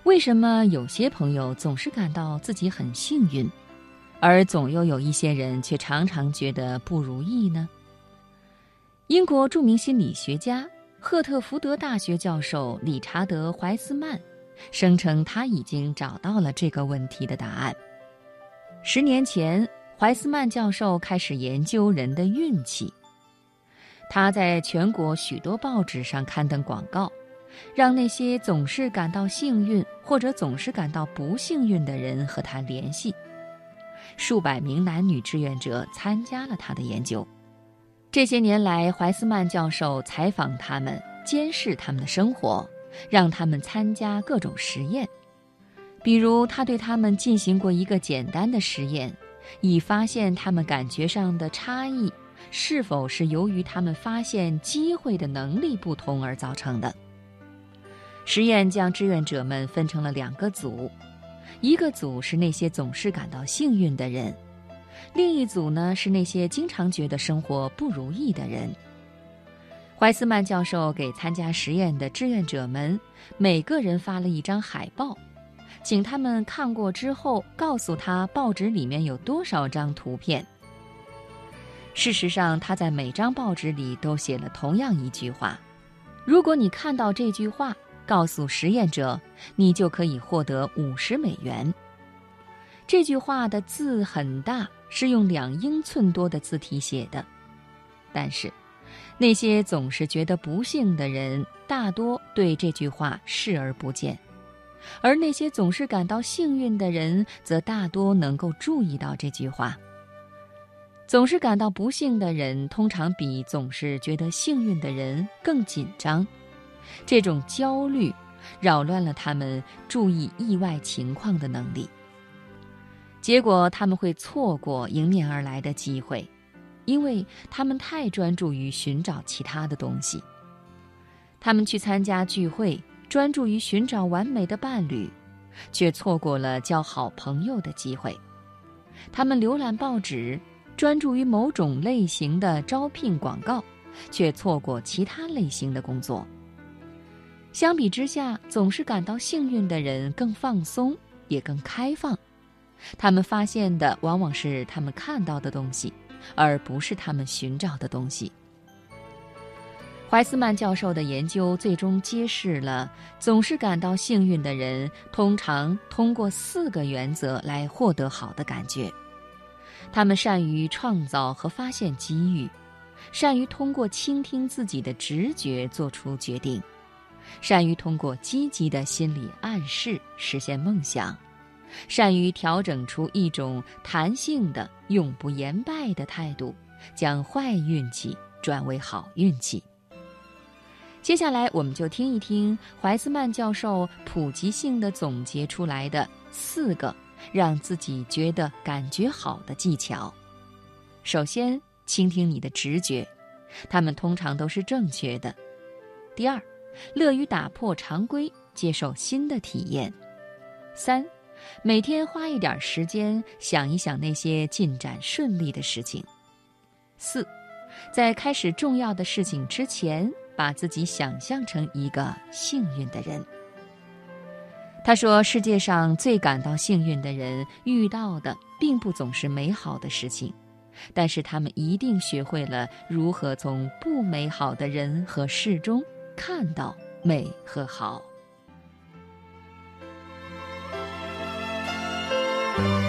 为什么有些朋友总是感到自己很幸运，而总又有一些人却常常觉得不如意呢？英国著名心理学家、赫特福德大学教授理查德·怀斯曼声称他已经找到了这个问题的答案。10年前，怀斯曼教授开始研究人的运气。他在全国许多报纸上刊登广告，让那些总是感到幸运或者总是感到不幸运的人和他联系。数百名男女志愿者参加了他的研究。这些年来，怀斯曼教授采访他们，监视他们的生活，让他们参加各种实验。比如，他对他们进行过一个简单的实验，以发现他们感觉上的差异是否是由于他们发现机会的能力不同而造成的。实验将志愿者们分成了2个组，一个组是那些总是感到幸运的人，另一组呢是那些经常觉得生活不如意的人。怀斯曼教授给参加实验的志愿者们每个人发了一张海报，请他们看过之后告诉他报纸里面有多少张图片。事实上，他在每张报纸里都写了同样一句话：如果你看到这句话，告诉实验者，你就可以获得50美元。这句话的字很大，是用2英寸多的字体写的。但是，那些总是觉得不幸的人，大多对这句话视而不见，而那些总是感到幸运的人，则大多能够注意到这句话。总是感到不幸的人，通常比总是觉得幸运的人更紧张。这种焦虑扰乱了他们注意意外情况的能力，结果他们会错过迎面而来的机会，因为他们太专注于寻找其他的东西。他们去参加聚会，专注于寻找完美的伴侣，却错过了交好朋友的机会。他们浏览报纸，专注于某种类型的招聘广告，却错过其他类型的工作。相比之下，总是感到幸运的人更放松，也更开放。他们发现的往往是他们看到的东西，而不是他们寻找的东西。怀斯曼教授的研究最终揭示了，总是感到幸运的人通常通过4个原则来获得好的感觉。他们善于创造和发现机遇，善于通过倾听自己的直觉做出决定，善于通过积极的心理暗示实现梦想，善于调整出一种弹性的永不言败的态度，将坏运气转为好运气。接下来我们就听一听怀斯曼教授普及性地总结出来的4个让自己觉得感觉好的技巧。首先，倾听你的直觉，它们通常都是正确的。第二，乐于打破常规，接受新的体验。3，每天花一点时间想一想那些进展顺利的事情。4，在开始重要的事情之前，把自己想象成一个幸运的人。他说，世界上最感到幸运的人遇到的并不总是美好的事情，但是他们一定学会了如何从不美好的人和事中看到美和好。